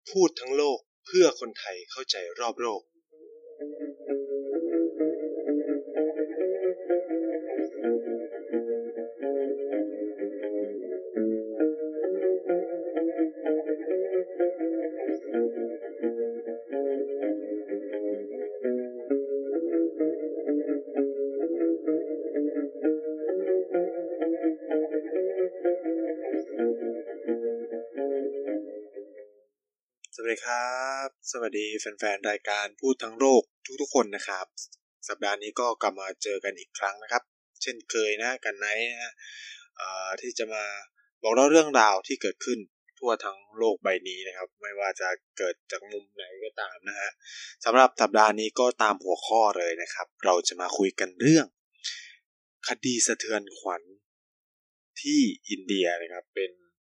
พูดทั้งโลกเพื่อคนไทยเข้าใจรอบโลกสวัสดีครับสวัสดีแฟนๆรายการพูดทั้งโลกทุกๆคนนะครับสัปดาห์นี้ก็กลับมาเจอกันอีกครั้งนะครับเช่นเคยนะกันไนท์นะที่จะมาบอกเล่าเรื่องราวที่เกิดขึ้นทั่วทั้งโลกใบนี้นะครับไม่ว่าจะเกิดจากมุมไหนก็ตามนะฮะสำหรับสัปดาห์นี้ก็ตามหัวข้อเลยนะครับเราจะมาคุยกันเรื่องคดีสะเทือนขวัญที่อินเดียนะครับเป็น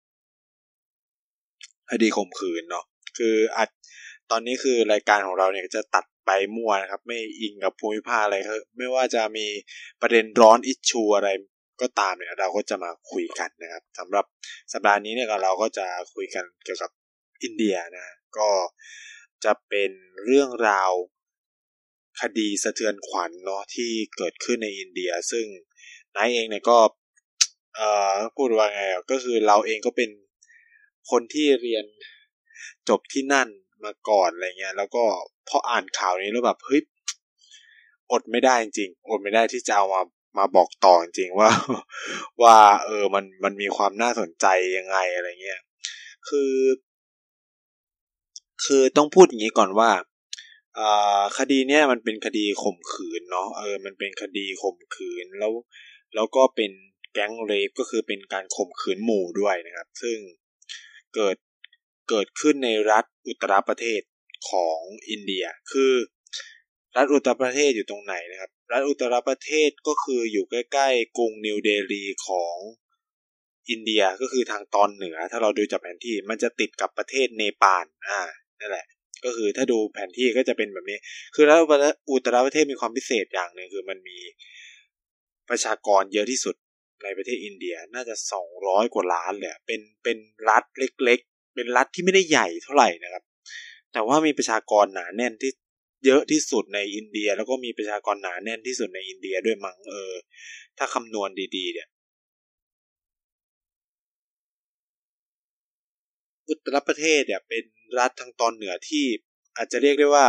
คดีข่มขืนเนาะคือตอนนี้คือรายการของเราเนี่ยจะตัดไปมั่วนะครับไม่อิงกับภูมิภาคอะไรครับไม่ว่าจะมีประเด็นร้อนอิชชูอะไรก็ตามเนี่ยเราก็จะมาคุยกันนะครับสำหรับสัปดาห์นี้เนี่ยเราก็จะคุยกันเกี่ยวกับอินเดียนะก็จะเป็นเรื่องราวคดีสะเทือนขวัญเนาะที่เกิดขึ้นในอินเดียซึ่งนายเองเนี่ยก็พูดว่าไงก็คือเราเองก็เป็นคนที่เรียนจบที่นั่นมาก่อนอะไรเงี้ยแล้วก็พออ่านข่าวนี้แล้วแบบเฮ้ยอดไม่ได้จริงอดไม่ได้ที่จะเอามาบอกต่อจริงว่ามันมีความน่าสนใจยังไงอะไรเงี้ยคือต้องพูดอย่างนี้ก่อนว่าคดีเนี้ยมันเป็นคดีข่มขืนเนาะมันเป็นคดีข่มขืนแล้วก็เป็นแก๊งเรปก็คือเป็นการข่มขืนหมู่ด้วยนะครับซึ่งเกิดขึ้นในรัฐอุตตรประเทศของอินเดียคือรัฐอุตตรประเทศอยู่ตรงไหนนะครับรัฐอุตตรประเทศก็คืออยู่ใกล้ๆกรุงนิวเดลีของอินเดียก็คือทางตอนเหนือถ้าเราดูจากแผนที่มันจะติดกับประเทศเนปาลนั่นแหละก็คือถ้าดูแผนที่ก็จะเป็นแบบนี้คือรัฐอุตตรประเทศมีความพิเศษอย่างหนึ่งคือมันมีประชากรเยอะที่สุดในประเทศอินเดียน่าจะ200 กว่าล้านเลยเป็นรัฐเล็กๆเป็นรัฐที่ไม่ได้ใหญ่เท่าไหร่นะครับแต่ว่ามีประชากรหนาแน่นที่เยอะที่สุดในอินเดียแล้วก็มีประชากรหนาแน่นที่สุดในอินเดียด้วยมั้งถ้าคำนวณดีๆเนี่ยอุตตรประเทศเนี่ยเป็นรัฐทางตอนเหนือที่อาจจะเรียกได้ว่า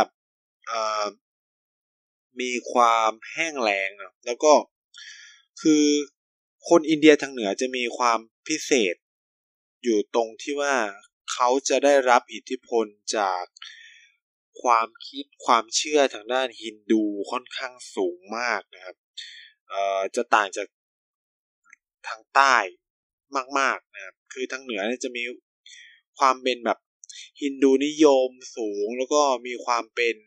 มีความแห้งแล้งนะแล้วก็คือคนอินเดียทางเหนือจะมีความพิเศษอยู่ตรงที่ว่าเขาจะได้รับอิทธิพลจากความคิดความเชื่อทางด้านฮินดูค่อนข้างสูงมากนะครับจะต่างจากทางใต้มากๆนะครับคือทางเหนือเนี่ยจะมีความเป็นแบบฮินดูนิยมสูงแล้วก็มีความเป็น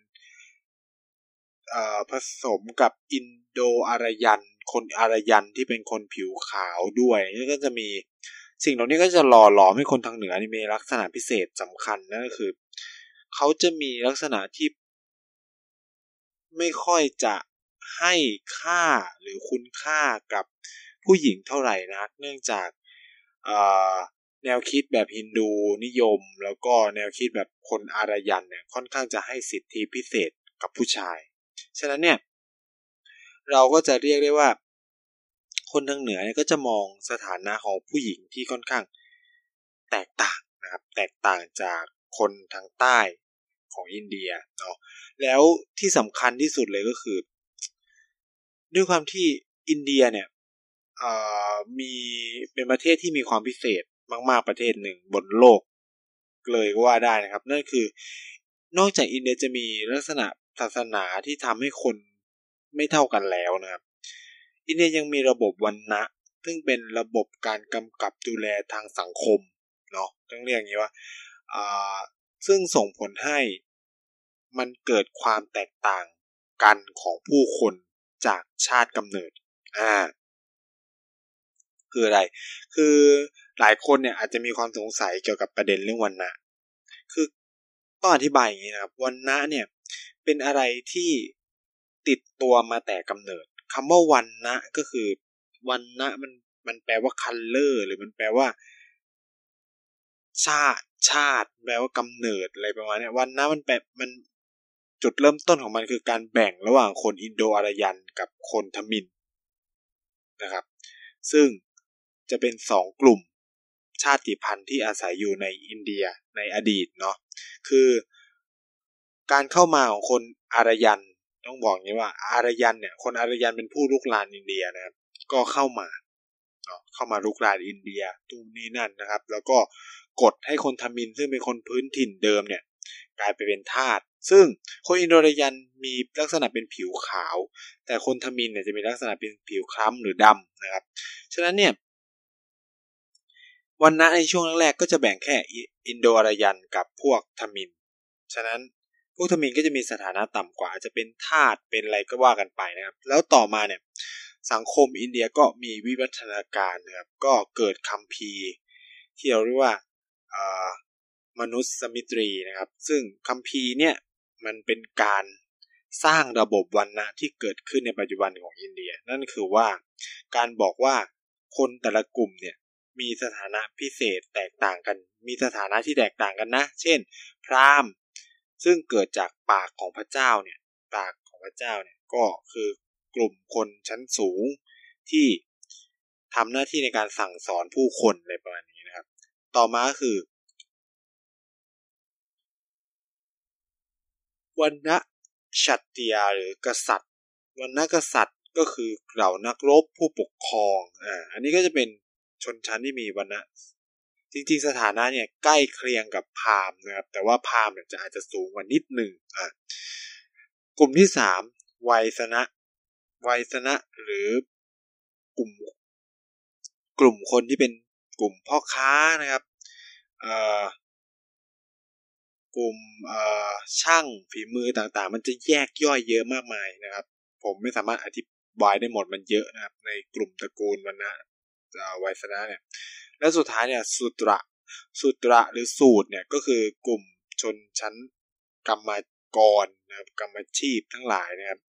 ผสมกับอินโดอารยันคนอารยันที่เป็นคนผิวขาวด้วยก็จะมีสิ่งเหล่านี้ก็จะหล่อหลอมให้คนทางเหนือนี่มีลักษณะพิเศษสำคัญนั่นก็คือเขาจะมีลักษณะที่ไม่ค่อยจะให้ค่าหรือคุณค่ากับผู้หญิงเท่าไหร่นักเนื่องจากแนวคิดแบบฮินดูนิยมแล้วก็แนวคิดแบบคนอารยันเนี่ยค่อนข้างจะให้สิทธิพิเศษกับผู้ชายฉะนั้นเนี่ยเราก็จะเรียกได้ว่าคนทางเหนือเนี่ยก็จะมองสถานะของผู้หญิงที่ค่อนข้างแตกต่างนะครับแตกต่างจากคนทางใต้ของอินเดียเนาะแล้วที่สำคัญที่สุดเลยก็คือด้วยความที่อินเดียเนี่ยมีเป็นประเทศที่มีความพิเศษมากๆประเทศหนึ่งบนโลกเลยก็ว่าได้นะครับนั่นคือนอกจากอินเดียจะมีลักษณะศาสนาที่ทำให้คนไม่เท่ากันแล้วนะครับอินเดียยังมีระบบวรรณะซึ่งเป็นระบบการกำกับดูแลทางสังคมเนาะต้องเรียกอย่างนี้ว่าซึ่งส่งผลให้มันเกิดความแตกต่างกันของผู้คนจากชาติกำเนิดคืออะไรคือหลายคนเนี่ยอาจจะมีความสงสัยเกี่ยวกับประเด็นเรื่องวรรณะคือต้องอธิบายอย่างนี้นะครับวรรณะเนี่ยเป็นอะไรที่ติดตัวมาแต่กำเนิดคำว่าวรรณะก็คือวรรณะมันแปลว่า color หรือมันแปลว่าชาติแปลว่ากำเนิดอะไรประมาณนี้วรรณะมันจุดเริ่มต้นของมันคือการแบ่งระหว่างคนอินโดอารยันกับคนทมิฬนะครับซึ่งจะเป็น2กลุ่มชาติพันธุ์ที่อาศัยอยู่ในอินเดียในอดีตเนาะคือการเข้ามาของคนอารยันต้องบอกอย่างนี้ว่าอารยันเนี่ยคนอารยันเป็นผู้ลุกรานอินเดียนะครับก็เข้ามาลุกรานอินเดียตรงนี้นั่นนะครับแล้วก็กดให้คนทมิฬซึ่งเป็นคนพื้นถิ่นเดิมเนี่ยกลายไปเป็นทาสซึ่งคนอินโดอารยันมีลักษณะเป็นผิวขาวแต่คนทมิฬเนี่ยจะมีลักษณะเป็นผิวคล้ำหรือดำนะครับฉะนั้นเนี่ยวรรณะในช่วงแรกๆก็จะแบ่งแค่อินโดอารยันกับพวกทมิฬฉะนั้นพวกทมิฬก็จะมีสถานะต่ำกว่าจะเป็นทาสเป็นอะไรก็ว่ากันไปนะครับแล้วต่อมาเนี่ยสังคมอินเดียก็มีวิวัฒนาการนะครับก็เกิดคัมภีร์ที่เราเรียกว่ามนุษยมิตรีนะครับซึ่งคัมภีร์เนี่ยมันเป็นการสร้างระบบวรรณะที่เกิดขึ้นในปัจจุบันของอินเดียนั่นคือว่าการบอกว่าคนแต่ละกลุ่มเนี่ยมีสถานะพิเศษแตกต่างกันมีสถานะที่แตกต่างกันนะเช่นพราหมณ์ซึ่งเกิดจากปากของพระเจ้าเนี่ยปากของพระเจ้าเนี่ยก็คือกลุ่มคนชั้นสูงที่ทำหน้าที่ในการสั่งสอนผู้คนอะไรประมาณนี้นะครับต่อมาคือวรรณะชัตติยาหรือกษัตริย์วรรณะกษัตริย์ก็คือเหล่านักรบผู้ปกครองอันนี้ก็จะเป็นชนชั้นที่มีวรรณะจริงๆสถานะเนี่ยใกล้เคียงกับพราหมณ์นะครับแต่ว่าพราหมณ์เนี่ยจะอาจจะสูงกว่านิดหนึ่งกลุ่มที่3ไวยสนะหรือกลุ่มคนที่เป็นกลุ่มพ่อค้านะครับกลุ่มช่างฝีมือต่างๆมันจะแยกย่อยเยอะมากมายนะครับผมไม่สามารถอธิบายได้หมดมันเยอะนะครับในกลุ่มตระกูลวรรณะไวยสนะเนี่ยและสุดท้ายเนี่ยสูตระหรือสูตรเนี่ยก็คือกลุ่มชนชั้นกรรมกรนะครับกรรมชีพทั้งหลายนะครับ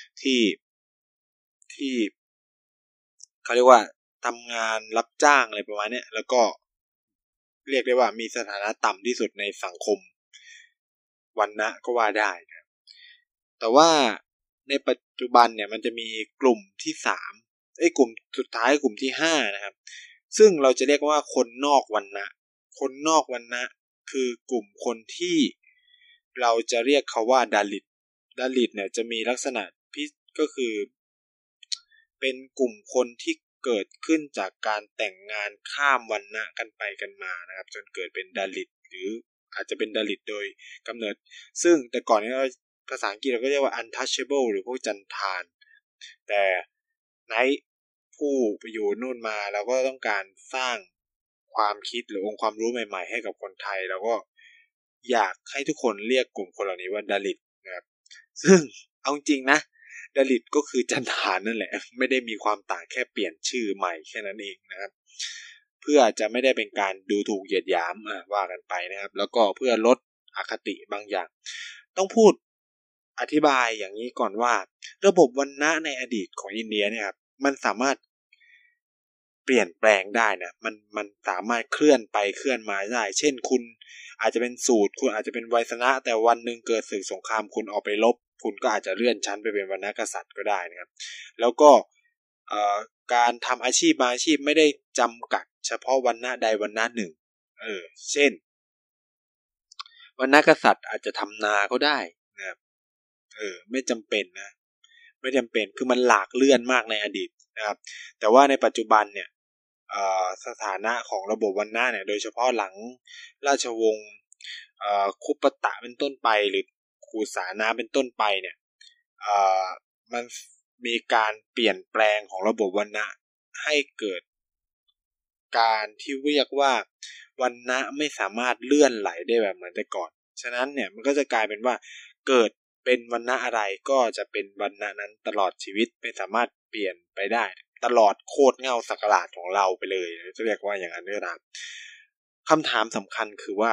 ที่เขาเรียกว่าทำงานรับจ้างอะไรประมาณนี้แล้วก็เรียกได้ว่ามีสถานะต่ำที่สุดในสังคมวรรณะก็ว่าได้นะแต่ว่าในปัจจุบันเนี่ยมันจะมีกลุ่มที่กลุ่มสุดท้ายกลุ่มที่5นะครับซึ่งเราจะเรียกว่าคนนอกวรรณะคนนอกวรรณะคือกลุ่มคนที่เราจะเรียกเขาว่าดาลิตเนี่ยจะมีลักษณะก็คือเป็นกลุ่มคนที่เกิดขึ้นจากการแต่งงานข้ามวรรณะกันไปกันมานะครับจนเกิดเป็นดาลิตหรืออาจจะเป็นดาลิตโดยกำเนิดซึ่งแต่ก่อนนี้ภาษาอังกฤษเราก็เรียกว่า untouchable หรือพวกจันทานแต่ในผู้ไปอยู่นู่นมาเราก็ต้องการสร้างความคิดหรือองค์ความรู้ใหม่ๆให้กับคนไทยแล้วก็อยากให้ทุกคนเรียกกลุ่มคนเหล่านี้ว่าดาลิตนะครับซึ่งเอาจริงนะดาลิตก็คือจันทานนั่นแหละไม่ได้มีความต่างแค่เปลี่ยนชื่อใหม่แค่นั้นเองนะครับเพื่อจะไม่ได้เป็นการดูถูกเหยียดหยามว่ากันไปนะครับแล้วก็เพื่อลดอคติบางอย่างต้องพูดอธิบายอย่างนี้ก่อนว่าระบบวรรณะในอดีตของอินเดียเนี่ยครับมันสามารถเปลี่ยนแปลงได้นะมันสามารถเคลื่อนไปเคลื่อนมาได้เช่นคุณอาจจะเป็นสูตรคุณอาจจะเป็นไวยสนะแต่วันหนึ่งเกิดศึกสงครามคุณออกไปรบคุณก็อาจจะเลื่อนชั้นไปเป็นวรรณกษัตริย์ก็ได้นะครับแล้วก็การทำอาชีพบางอาชีพไม่ได้จำกัดเฉพาะวรรณะใดวรรณะหนึ่งเช่นวรรณกษัตริย์อาจจะทำนาก็ได้นะครับไม่จำเป็นนะไม่จำเป็นคือมันหลากเลื่อนมากในอดีตนะครับแต่ว่าในปัจจุบันเนี่ยสถานะของระบบวรรณะเนี่ยโดยเฉพาะหลังราชวงศ์คุปตะเป็นต้นไปหรือคูสานะเป็นต้นไปเนี่ยมันมีการเปลี่ยนแปลงของระบบวรรณะให้เกิดการที่เรียกว่าวรรณะไม่สามารถเลื่อนไหลได้แบบเหมือนแต่ก่อนฉะนั้นเนี่ยมันก็จะกลายเป็นว่าเกิดเป็นวรรณะอะไรก็จะเป็นวรรณะนั้นตลอดชีวิตไม่สามารถเปลี่ยนไปได้ตลอดโคตรเงาศักราชของเราไปเลยจะเรียกว่าอย่างนั้นก็ได้คำถามสำคัญคือว่า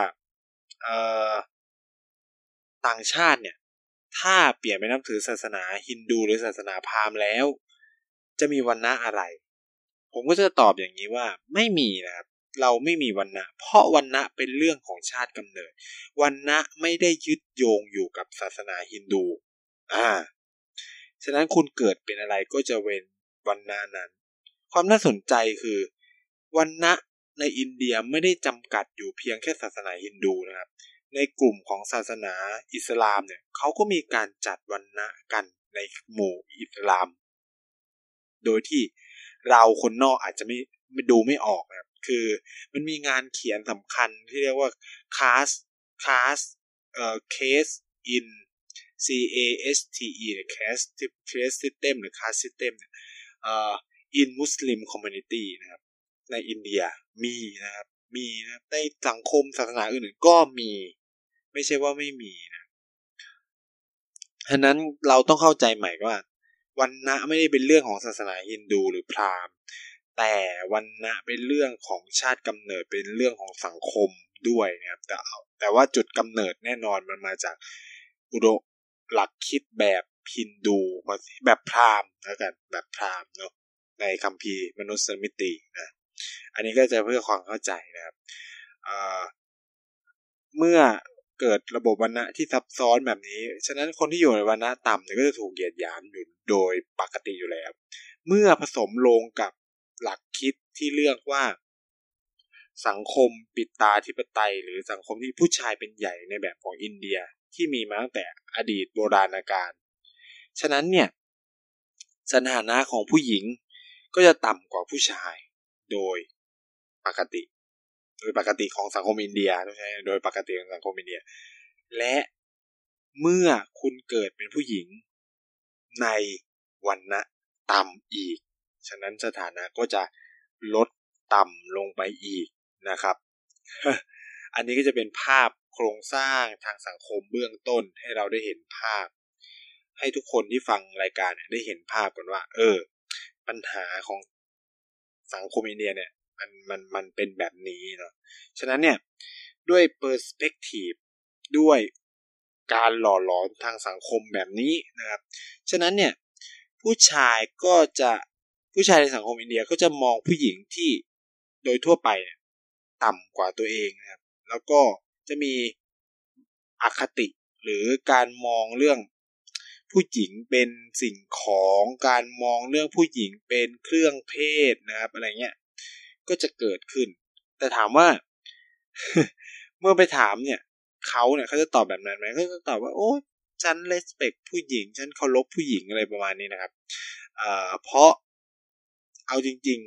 ต่างชาติเนี่ยถ้าเปลี่ยนไปนับถือศาสนาฮินดูหรือศาสนาพราหมณ์แล้วจะมีวรรณะอะไรผมก็จะตอบอย่างนี้ว่าไม่มีนะครับเราไม่มีวรรณะเพราะวรรณะเป็นเรื่องของชาติกำเนิดวรรณะไม่ได้ยึดโยงอยู่กับศาสนาฮินดูฉะนั้นคุณเกิดเป็นอะไรก็จะเว้นวรรณะนั้นความน่าสนใจคือวรรณะในอินเดียไม่ได้จำกัดอยู่เพียงแค่ศาสนาฮินดูนะครับในกลุ่มของศาสนาอิสลามเนี่ยเขาก็มีการจัดวรรณะกันในหมู่อิสลามโดยที่เราคนนอกอาจจะไม่ดูไม่ออกนะครับคือมันมีงานเขียนสำคัญที่เรียกว่า case in CASTE หรือ caste system หรือ caste system เนี่ยin Muslim community นะครับในอินเดียมีนะครับมีนะในสังคมศาสนาอื่นๆก็มีไม่ใช่ว่าไม่มีนะฉะนั้นเราต้องเข้าใจใหม่ว่าวรรณะไม่ได้เป็นเรื่องของศาสนาฮินดูหรือพราหมณ์แต่วรรณะเป็นเรื่องของชาติกำเนิดเป็นเรื่องของสังคมด้วยนะครับแต่ว่าจุดกำเนิดแน่นอนมันมาจากหลักคิดแบบฮินดูแบบพราหมณ์แล้วกันแบบพราหมณ์เนาะในคัมภีร์มนุษยมิตินะอันนี้ก็จะเพื่อความเข้าใจนะครับเมื่อเกิดระบบวรรณะที่ซับซ้อนแบบนี้ฉะนั้นคนที่อยู่ในวรรณะต่ำเนี่ยก็จะถูกเหยียดหยามอยู่โดยปกติอยู่แล้วเมื่อผสมลงกับหลักคิดที่เรียกว่าสังคมปิตาธิปไตยหรือสังคมที่ผู้ชายเป็นใหญ่ในแบบของอินเดียที่มีมาตั้งแต่อดีตโบราณกาลฉะนั้นเนี่ยสถานะของผู้หญิงก็จะต่ำกว่าผู้ชายโดยปกติของสังคมอินเดียใช่โดยปกติของสังคมอินเดียและเมื่อคุณเกิดเป็นผู้หญิงในวรรณะต่ำอีกฉะนั้นสถานะก็จะลดต่ำลงไปอีกนะครับ อันนี้ก็จะเป็นภาพโครงสร้างทางสังคมเบื้องต้นให้เราได้เห็นภาพให้ทุกคนที่ฟังรายการเนี่ยได้เห็นภาพกันว่าปัญหาของสังคมอินเดียเนี่ยมันเป็นแบบนี้เนาะฉะนั้นเนี่ยด้วยเปอร์สเปกทีฟด้วยการหล่อหลอมทางสังคมแบบนี้นะครับฉะนั้นเนี่ยผู้ชายในสังคมอินเดียก็จะมองผู้หญิงที่โดยทั่วไปเนี่ยต่ำกว่าตัวเองนะครับแล้วก็จะมีอคติหรือการมองเรื่องผู้หญิงเป็นสิ่งของการมองเรื่องผู้หญิงเป็นเครื่องเพศนะครับอะไรเงี้ยก็จะเกิดขึ้นแต่ถามว่า เมื่อไปถามเนี่ยเขาจะตอบแบบนั้นไหมเขาจะตอบว่าโอ้ฉัน respect ผู้หญิงฉันเคารพผู้หญิงอะไรประมาณนี้นะครับเพราะเอาจริง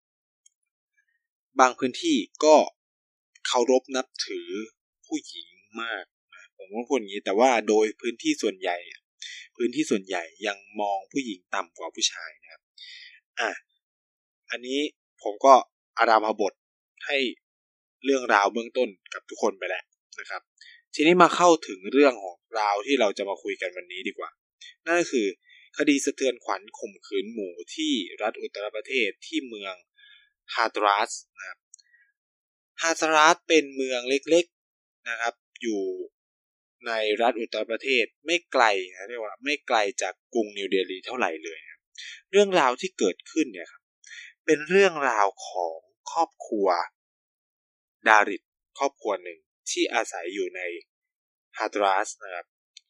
ๆบางพื้นที่ก็เคารพนับถือผู้หญิงมากนะผมก็พูดอย่างนี้แต่ว่าโดยพื้นที่ส่วนใหญ่ยังมองผู้หญิงต่ำกว่าผู้ชายนะครับอันนี้ผมก็อารามาบทให้เรื่องราวเบื้องต้นกับทุกคนไปแล้วนะครับทีนี้มาเข้าถึงเรื่องของราวที่เราจะมาคุยกันวันนี้ดีกว่านั่นก็คือคดีสะเทือนขวัญข่มขืนหมู่ที่รัฐอุตตรประเทศที่เมืองฮาตรัสนะครับฮาตรัสเป็นเมืองเล็กๆนะครับอยู่ในรัฐอุตตรประเทศไม่ไกลเรียกว่าไม่ไกลจากกรุงนิวเดลีเท่าไหร่เลยนะเรื่องราวที่เกิดขึ้นเนี่ยครับเป็นเรื่องราวของครอบครัวดาริดครอบครัวหนึ่งที่อาศัยอยู่ในฮาตรัสนะครับ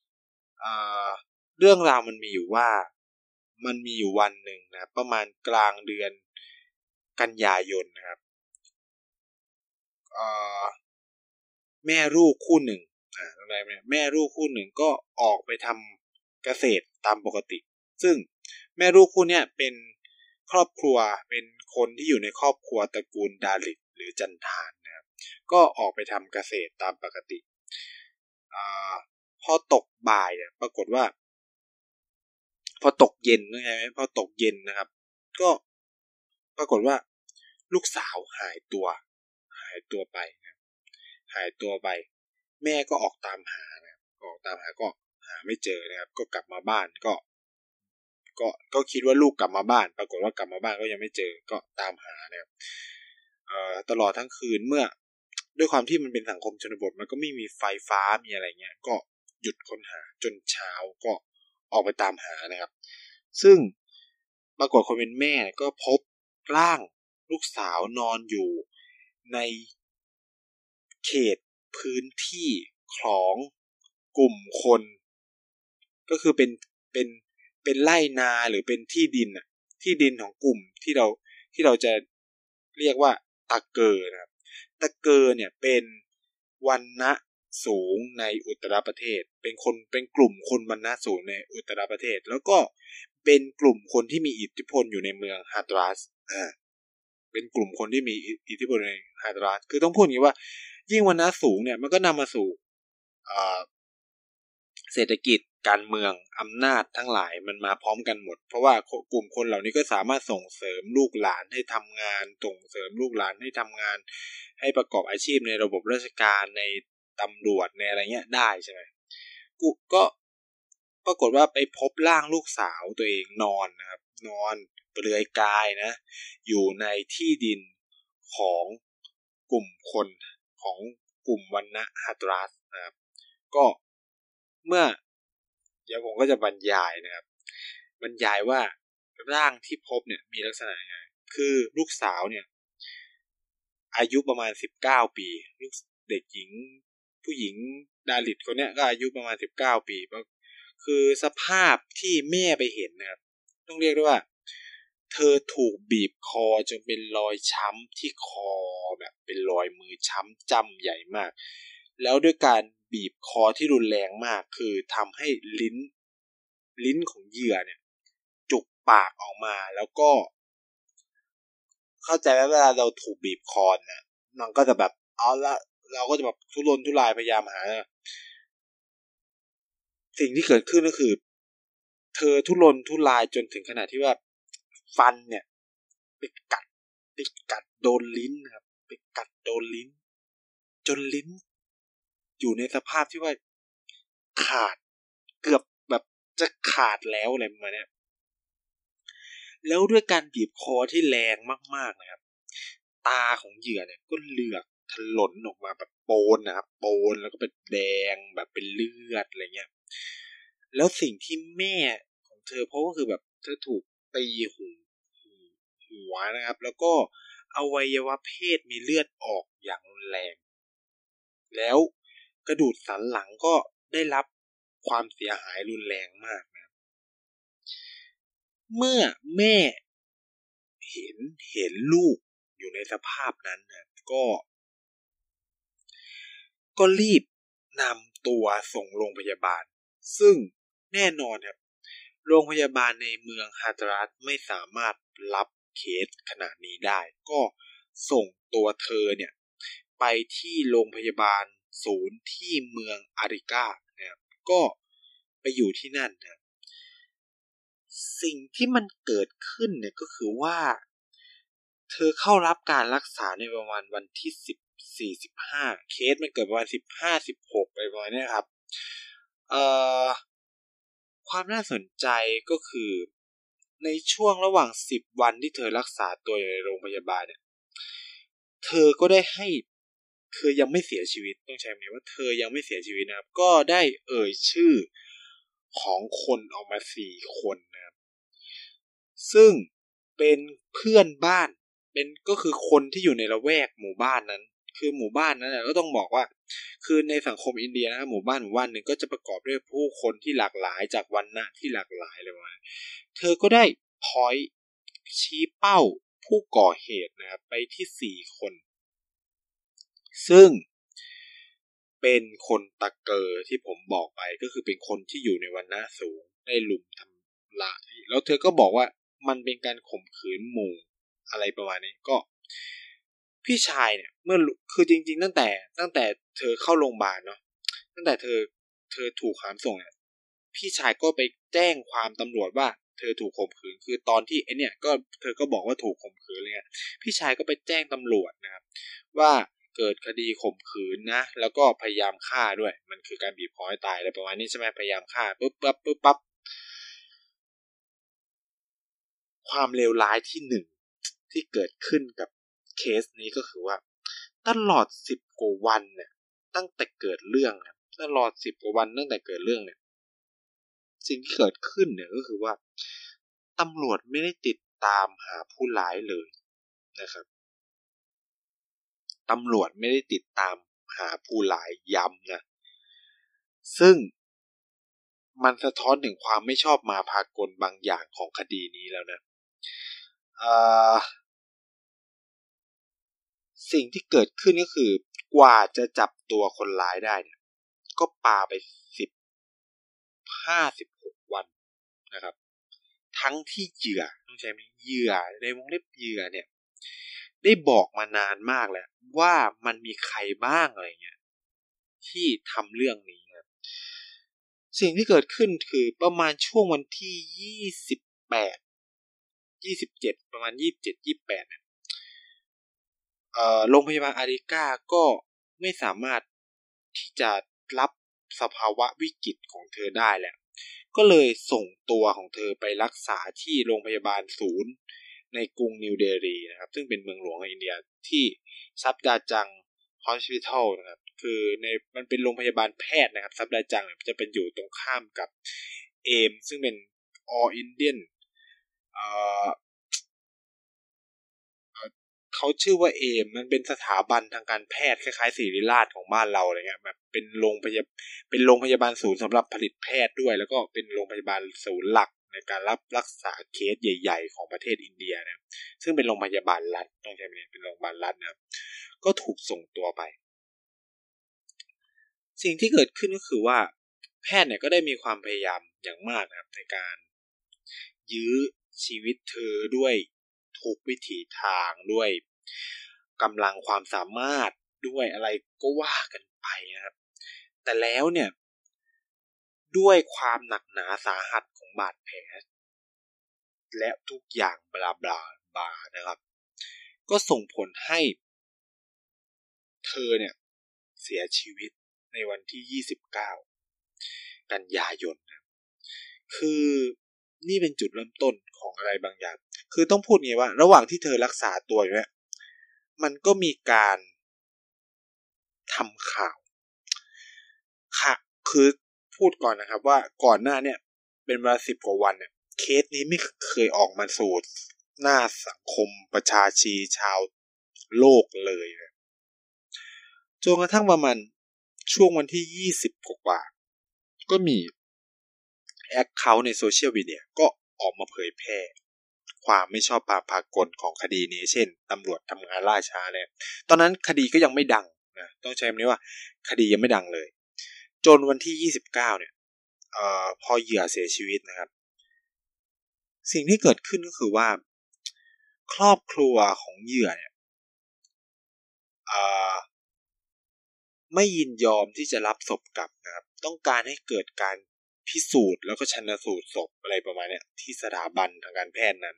เรื่องราวมันมีอยู่วันหนึ่งนะประมาณกลางเดือนกันยายนนะครับแม่ลูกคู่หนึ่งแม่ลูกคู่หนึ่งก็ออกไปทำเกษตรตามปกติซึ่งแม่ลูกคู่เนี้ยเป็นครอบครัวเป็นคนที่อยู่ในครอบครัวตระกูลดาริดหรือจันทานนะครับก็ออกไปทำเกษตรตามปกติพอตกบ่ายเนี่ยปรากฏว่าพอตกเย็นนะครับก็ปรากฏว่าลูกสาวหายตัวไปแม่ก็ออกตามหาก็หาไม่เจอนะครับก็กลับมาบ้านก็คิดว่าลูกกลับมาบ้านปรากฏว่ากลับมาบ้านก็ยังไม่เจอก็ตามหานะครับตลอดทั้งคืนเมื่อด้วยความที่มันเป็นสังคมชนบทมันก็ไม่มีไฟฟ้ามีอะไรเงี้ยก็หยุดค้นหาจนเช้าก็ออกไปตามหานะครับซึ่งปรากฏคนเป็นแม่ก็พบร่างลูกสาวนอนอยู่ในเขตพื้นที่ของกลุ่มคนก็คือเป็นไร่นาหรือเป็นที่ดินอ่ะที่ดินของกลุ่มที่เราจะเรียกว่าตะเกอนะครับตะเกอเนี่ยเป็นวรรณะสูงในอุตรประเทศเป็นกลุ่มคนวรรณะสูงในอุตรประเทศแล้วก็เป็นกลุ่มคนที่มีอิทธิพลอยู่ในเมืองฮาตรัสเป็นกลุ่มคนที่มีอิทธิพลในฮาตรัสคือต้องพูดอย่างนี้ว่ายิ่งวรรณะสูงเนี่ยมันก็นำมาสู่เศรษฐกิจการเมืองอำนาจทั้งหลายมันมาพร้อมกันหมดเพราะว่ากลุ่มคนเหล่านี้ก็สามารถส่งเสริมลูกหลานให้ทำงานส่งเสริมลูกหลานให้ทำงานให้ประกอบอาชีพในระบบราชการในตำรวจในอะไรเงี้ยได้ใช่ไหมกูก็ปรากฏว่าไปพบร่างลูกสาวตัวเองนอนนะครับนอนเปลือยกายนะอยู่ในที่ดินของกลุ่มคนของกลุ่มวรรณะฮาตรัสนะครับก็เดี๋ยวผมก็จะบรรยายนะครับบรรยายว่าร่างที่พบเนี่ยมีลักษณะยังไงคือลูกสาวเนี่ยอายุประมาณ19ปีลูกเด็กหญิงผู้หญิงดาลิตคนเนี้ยก็อายุประมาณ19ปีคือสภาพที่แม่ไปเห็นนะครับต้องเรียกได้ว่าเธอถูกบีบคอจนเป็นรอยช้ำที่คอแบบเป็นรอยมือช้ำจ้ำใหญ่มากแล้วด้วยการบีบคอที่รุนแรงมากคือทำให้ลิ้นของเหยื่อเนี่ยจุกปากออกมาแล้วก็เข้าใจว่าเวลาเราถูกบีบคอเนี่ยมันก็จะแบบเอาละเราก็จะแบบทุรนทุรายพยายามหาสิ่งที่เกิดขึ้นก็คือเธอทุรนทุรายจนถึงขนาดที่ว่าฟันเนี่ยไปกัดโดนลิ้นนะครับไปกัดโดนลิ้นจนลิ้นอยู่ในสภาพที่ว่าขาดเกือบแบบจะขาดแล้วอะไรประมาณนี้แล้วด้วยการบีบคอที่แรงมากๆนะครับตาของเหยื่อเนี่ยก็เลือกถลนออกมาแบบโปนนะครับโปนแล้วก็เป็นแดงแบบเป็นเลือดอะไรเงี้ยแล้วสิ่งที่แม่ของเธอเพราะก็คือแบบเธอถูกตีหัวนะครับแล้วก็อวัยวะเพศมีเลือดออกอย่างรุนแรงแล้วกระดูกสันหลังก็ได้รับความเสียหายรุนแรงมากนะเมื่อแม่เห็นลูกอยู่ในสภาพนั้นนะก็รีบนำตัวส่งโรงพยาบาลซึ่งแน่นอนครับโรงพยาบาลในเมืองฮาตรัสไม่สามารถรับเคสขนาดนี้ได้ก็ส่งตัวเธอเนี่ยไปที่โรงพยาบาลศูนย์ที่เมืองอาริกานะครับก็ไปอยู่ที่นั่นนะสิ่งที่มันเกิดขึ้นเนี่ยก็คือว่าเธอเข้ารับการรักษาในประมาณวันที่14-15เคสมันเกิดประมาณ15-16ไปประมาณนี้ครับความน่าสนใจก็คือในช่วงระหว่าง10วันที่เธอรักษาตัวอยู่ในโรงพยาบาลเนี่ยเธอก็ได้ให้เธอยังไม่เสียชีวิตต้องใช้คำนี้ว่าเธอยังไม่เสียชีวิตนะครับก็ได้เอ่ยชื่อของคนออกมา4คนนะครับซึ่งเป็นเพื่อนบ้านก็คือคนที่อยู่ในละแวกหมู่บ้านนั้นคือหมู่บ้านนั้นก็ต้องบอกว่าคือในสังคมอินเดียนะครับหมู่บ้านหนึ่งก็จะประกอบด้วยผู้คนที่หลากหลายจากวรรณะที่หลากหลายเลยว่าเธอก็ได้พอยต์ชี้เป้าผู้ก่อเหตุนะครับไปที่4คนซึ่งเป็นคนตะเกอที่ผมบอกไปก็คือเป็นคนที่อยู่ในวรรณะสูงได้ลุมทำร้ายแล้วเธอก็บอกว่ามันเป็นการข่มขืนหมู่อะไรประมาณนี้ก็พี่ชายเนี่ยเมื่อคือจริงๆตั้งแต่เธอเข้าโรงพยาบาลเนาะตั้งแต่เธอถูกหามส่งเนี่ยพี่ชายก็ไปแจ้งความตำรวจว่าเธอถูกข่มขืนคือตอนที่ไอเนี่ยก็เธอก็บอกว่าถูกข่มขืนเลยพี่ชายก็ไปแจ้งตำรวจนะครับว่าเกิดคดีข่มขืนนะแล้วก็พยายามฆ่าด้วยมันคือการบีบคอให้ตายอะไรประมาณนี้ใช่ไหมพยายามฆ่าปุ๊บปั๊บความเลวร้ายที่หนึ่งที่เกิดขึ้นกับเคสนี้ก็คือว่าตลอด10 กว่าวันเนี่ยตั้งแต่เกิดเรื่องนะตลอด10 กว่าวันตั้งแต่เกิดเรื่องเนี่ยสิ่งที่เกิดขึ้นเนี่ยก็คือว่าตำรวจไม่ได้ติดตามหาผู้ร้ายเลยนะครับตำรวจไม่ได้ติดตามหาผู้ร้ายย้ำนะซึ่งมันสะท้อนถึงความไม่ชอบมาพากลบางอย่างของคดีนี้แล้วนะสิ่งที่เกิดขึ้นก็คือกว่าจะจับตัวคนร้ายได้เนี่ยก็ปาไป56 วันนะครับทั้งที่เหยื่อต้องใช้เหยื่อในวงเล็บเหยื่อเนี่ยได้บอกมานานมากแล้วว่ามันมีใครบ้างอะไรเงี้ยที่ทำเรื่องนี้ครับสิ่งที่เกิดขึ้นคือประมาณช่วงวันที่27ประมาณ27-28เนี่ยโรงพยาบาลอาริก้าก็ไม่สามารถที่จะรับสภาวะวิกฤตของเธอได้แล้วก็เลยส่งตัวของเธอไปรักษาที่โรงพยาบาลศูนย์ในกรุงนิวเดลีนะครับซึ่งเป็นเมืองหลวงของอินเดียที่ซับดาจังฮอสพิทอลนะครับคือมันเป็นโรงพยาบาลแพทย์นะครับซับดาจังจะเป็นอยู่ตรงข้ามกับเอมซึ่งเป็น All Indian เขาชื่อว่าเอมมันเป็นสถาบันทางการแพทย์คล้ายๆศิริราชของบ้านเราอะไรเงี้ยแบบเป็นโรงพยาบาลศูนย์สำหรับผลิตแพทย์ด้วยแล้วก็เป็นโรงพยาบาลศูนย์หลักในการรับรักษาเคสใหญ่ๆของประเทศอินเดียนะซึ่งเป็นโรงพยาบาลรัฐต้องใช้เป็นโรงพยาบาลรัฐนะครับก็ถูกส่งตัวไปสิ่งที่เกิดขึ้นก็คือว่าแพทย์เนี่ยก็ได้มีความพยายามอย่างมากนะครับในการยื้อชีวิตเธอด้วยทุกวิถีทางด้วยกำลังความสามารถด้วยอะไรก็ว่ากันไปนะครับแต่แล้วเนี่ยด้วยความหนักหนาสาหัสของบาดแผลและทุกอย่างบลาบลาบานะครับก็ส่งผลให้เธอเนี่ยเสียชีวิตในวันที่29กันยายนนะคือนี่เป็นจุดเริ่มต้นของอะไรบางอย่างคือต้องพูดไงว่าระหว่างที่เธอรักษาตัวอยู่เนี่ยมันก็มีการทำข่าวค่ะคือพูดก่อนนะครับว่าก่อนหน้าเนี่ยเป็นเวลา10 กว่าวันเนี่ยเคสนี้ไม่เคยออกมาสู่หน้าสังคมประชาชาวโลกเลยนะจนกระทั่งประมาณช่วงวันที่20 กว่าก็มีแอคเคาท์ในโซเชียลมีเดียก็ออกมาเผยแพร่ความไม่ชอบมาพากลของคดีนี้เช่นตำรวจทำงานล่าช้าเนี่ยตอนนั้นคดีก็ยังไม่ดังนะต้องใช้คำนี้ว่าคดียังไม่ดังเลยจนวันที่29เนี่ยพอเหยื่อเสียชีวิตนะครับสิ่งที่เกิดขึ้นก็คือว่าครอบครัวของเหยื่อเนี่ยไม่ยินยอมที่จะรับศพกลับนะครับต้องการให้เกิดการพิสูจน์แล้วก็ชันสูตรศพอะไรประมาณนี้ที่สถาบันทางการแพทย์นั้น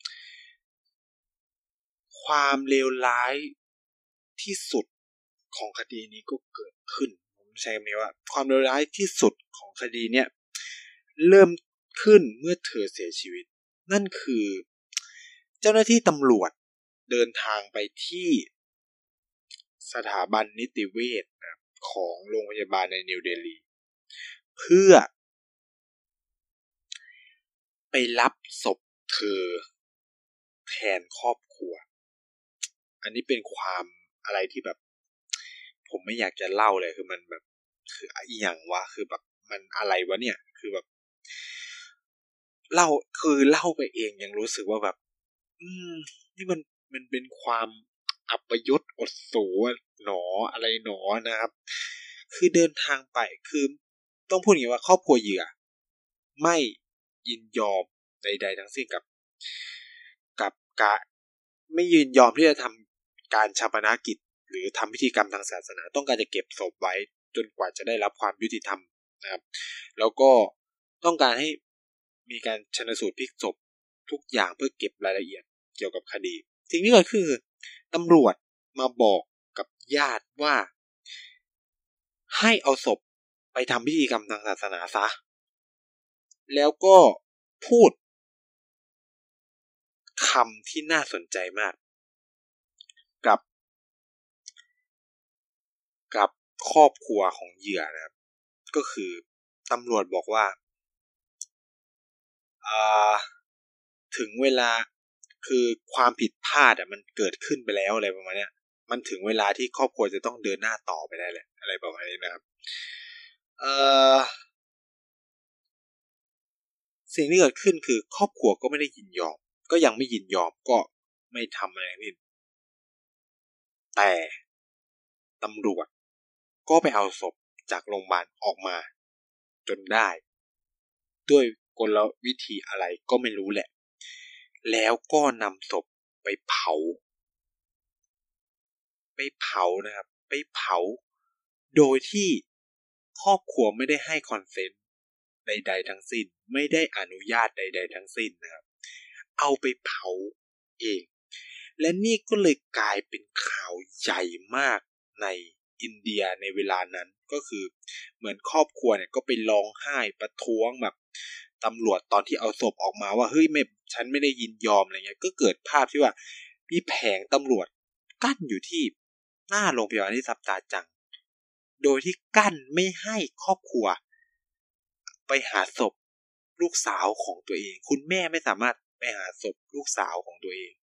ความเลวร้ายที่สุดของคดีนี้ก็เกิดขึ้นผมใช้คำนี้ว่าความเลวร้ายที่สุดของคดีเนี้ยเริ่มขึ้นเมื่อเธอเสียชีวิตนั่นคือเจ้าหน้าที่ตำรวจเดินทางไปที่สถาบันนิติเวชนะของโรงพยาบาลในนิวเดลีเพื่อไปรับศพเธอแทนครอบครัวอันนี้เป็นความอะไรที่แบบผมไม่อยากจะเล่าเลยคือมันแบบคืออีหยังวะคือแบบมันอะไรวะเนี่ยคือแบบเล่าไปเองยังรู้สึกว่าแบบนี่มันเป็นความอัปยศอดสูหนออะไรหนอนะครับคือเดินทางไปคือต้องพูดอย่างนี้ว่าครอบครัวเหยื่อไม่ยินยอมใดๆทั้งสิ้นกับการไม่ยินยอมที่จะทำการฌาปนกิจหรือทำพิธีกรรมทางศาสนาต้องการจะเก็บศพไว้จนกว่าจะได้รับความยุติธรรมนะครับแล้วก็ต้องการให้มีการชันสูตรพลิกศพทุกอย่างเพื่อเก็บรายละเอียดเกี่ยวกับคดีสิ่งที่เกิดคือตำรวจมาบอกกับญาติว่าให้เอาศพไปทำพิธีกรรมทางศาสนาซะแล้วก็พูดคำที่น่าสนใจมากกับครอบครัวของเหยื่อนะครับก็คือตำรวจบอกว่าถึงเวลาคือความผิดพลาดมันเกิดขึ้นไปแล้วอะไรประมาณนี้มันถึงเวลาที่ครอบครัวจะต้องเดินหน้าต่อไปได้แหละอะไรประมาณนี้นะครับสิ่งที่เกิดขึ้นคือครอบครัวก็ไม่ได้ยินยอมก็ยังไม่ยินยอมก็ไม่ทำอะไรนี่แต่ตำรวจก็ไปเอาศพจากโรงพยาบาลออกมาจนได้ด้วยกลวิธีอะไรก็ไม่รู้แหละแล้วก็นำศพไปเผานะครับไปเผาโดยที่ครอบครัวไม่ได้ให้คอนเซนต์ใดๆทั้งสิ้นไม่ได้อนุญาตใดๆทั้งสิ้นนะครับเอาไปเผาเองและนี่ก็เลยกลายเป็นข่าวใหญ่มากในอินเดียในเวลานั้นก็คือเหมือนครอบครัวเนี่ยก็ไปร้องไห้ประท้วงแบบตำรวจตอนที่เอาศพออกมาว่าเฮ้ยไม่ฉันไม่ได้ยินยอมอะไรเงี้ยก็เกิดภาพที่ว่ามีแผงตำรวจกั้นอยู่ที่หน้าโรงพยาบาลที่ซับตาจังโดยที่กั้นไม่ให้ครอบครัวไปหาศพลูกสาวของตัวเองคุณแม่ไม่สามารถไปหาศพลูกสาวของตัวเอง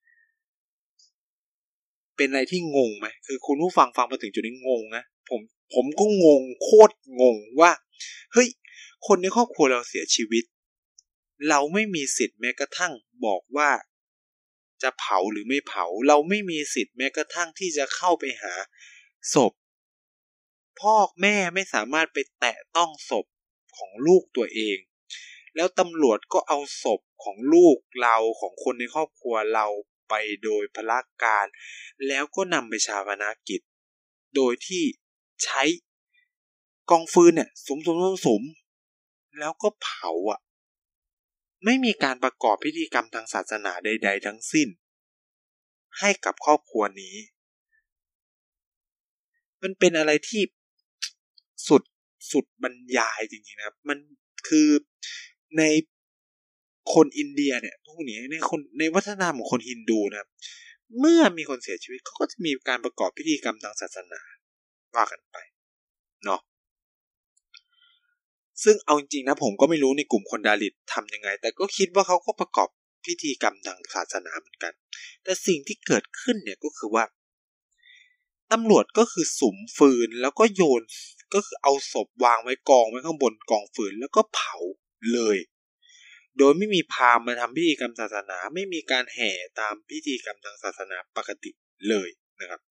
เป็นอะไรที่งงไหมคือคุณผู้ฟังฟังมาถึงจุดนี้งงนะผมก็งงโคตรงงว่าเฮ้ยคนในครอบครัวเราเสียชีวิตเราไม่มีสิทธิ์แม้กระทั่งบอกว่าจะเผาหรือไม่เผาเราไม่มีสิทธิ์แม้กระทั่งที่จะเข้าไปหาศพพ่อแม่ไม่สามารถไปแตะต้องศพของลูกตัวเองแล้วตำรวจก็เอาศพของลูกเราของคนในครอบครัวเราไปโดยพลการแล้วก็นำไปฌาปนกิจโดยที่ใช้กองฟืนเนี่ยสุมแล้วก็เผาไม่มีการประกอบพิธีกรรมทางศาสนาใดๆทั้งสิ้นให้กับครอบครัวนี้มันเป็นอะไรที่สุดบรรยายจริงๆนะครับมันคือในคนอินเดียเนี่ยพวกนี้ในวัฒนธรรมของคนฮินดูนะครับเมื่อมีคนเสียชีวิตเขาก็จะมีการประกอบพิธีกรรมทางศาสนาว่ากันไปเนาะซึ่งเอาจริงๆนะผมก็ไม่รู้ในกลุ่มคนดาลิตทำยังไงแต่ก็คิดว่าเขาก็ประกอบพิธีกรรมทางศาสนาเหมือนกันแต่สิ่งที่เกิดขึ้นเนี่ยก็คือว่าตำรวจก็คือสุมฟืนแล้วก็โยนก็คือเอาศพวางไว้กองไว้ข้างบนกองฟืนแล้วก็เผาเลยโดยไม่มีพราหมณ์มาทำพิธีกรรมศาสนาไม่มีการแห่ตามพิธีกรรมทางศาสนาปกติเลยนะครับ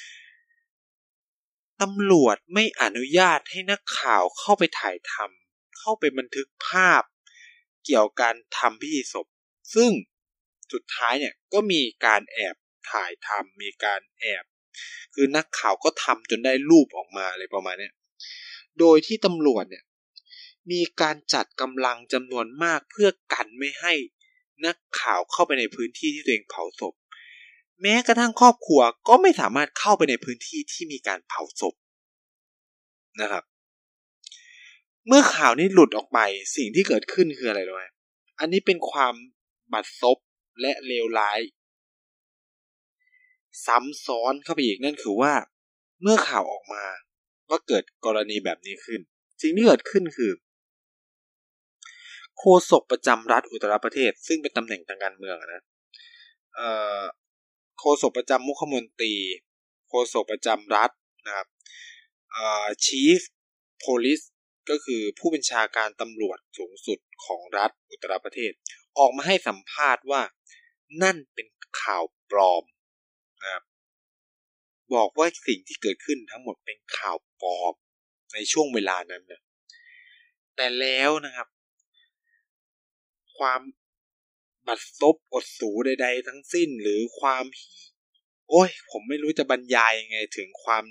ตำรวจไม่อนุญาตให้นักข่าวเข้าไปถ่ายทำเข้าไปบันทึกภาพเกี่ยวกับการทำพิธีศพซึ่งสุดท้ายเนี่ยก็มีการแอบถ่ายทำมีการแอบคือนักข่าวก็ทำจนได้รูปออกมาเลยประมาณนี้โดยที่ตำรวจเนี่ยมีการจัดกำลังจำนวนมากเพื่อกันไม่ให้นักข่าวเข้าไปในพื้นที่ที่ตัวเองเผาศพแม้กระทั่งครอบครัวก็ไม่สามารถเข้าไปในพื้นที่ที่มีการเผาศพนะครับเมื่อข่าวนี้หลุดออกไปสิ่งที่เกิดขึ้นคืออะไรรู้ไหมอันนี้เป็นความบัดซบและเลวร้ายซ้ำซ้อนเข้าไปอีกนั่นคือว่าเมื่อข่าวออกมาว่าเกิดกรณีแบบนี้ขึ้นสิ่งที่เกิดขึ้นคือโฆษกประจำรัฐอุตตรประเทศซึ่งเป็นตำแหน่งทางการเมืองนะโฆษกประจำมุขมนตรีโฆษกประจำรัฐนะครับChief Police ก็คือผู้บัญชาการตำรวจสูงสุดของรัฐอุตตรประเทศออกมาให้สัมภาษณ์ว่านั่นเป็นข่าวปลอมนะครับบอกว่าสิ่งที่เกิดขึ้นทั้งหมดเป็นข่าวปลอมในช่วงเวลานั้นนะแต่แล้วนะครับความบัดซบอดสูใดๆทั้งสิ้นหรือความผมไม่รู้จะบรรยายยังไงถึงความ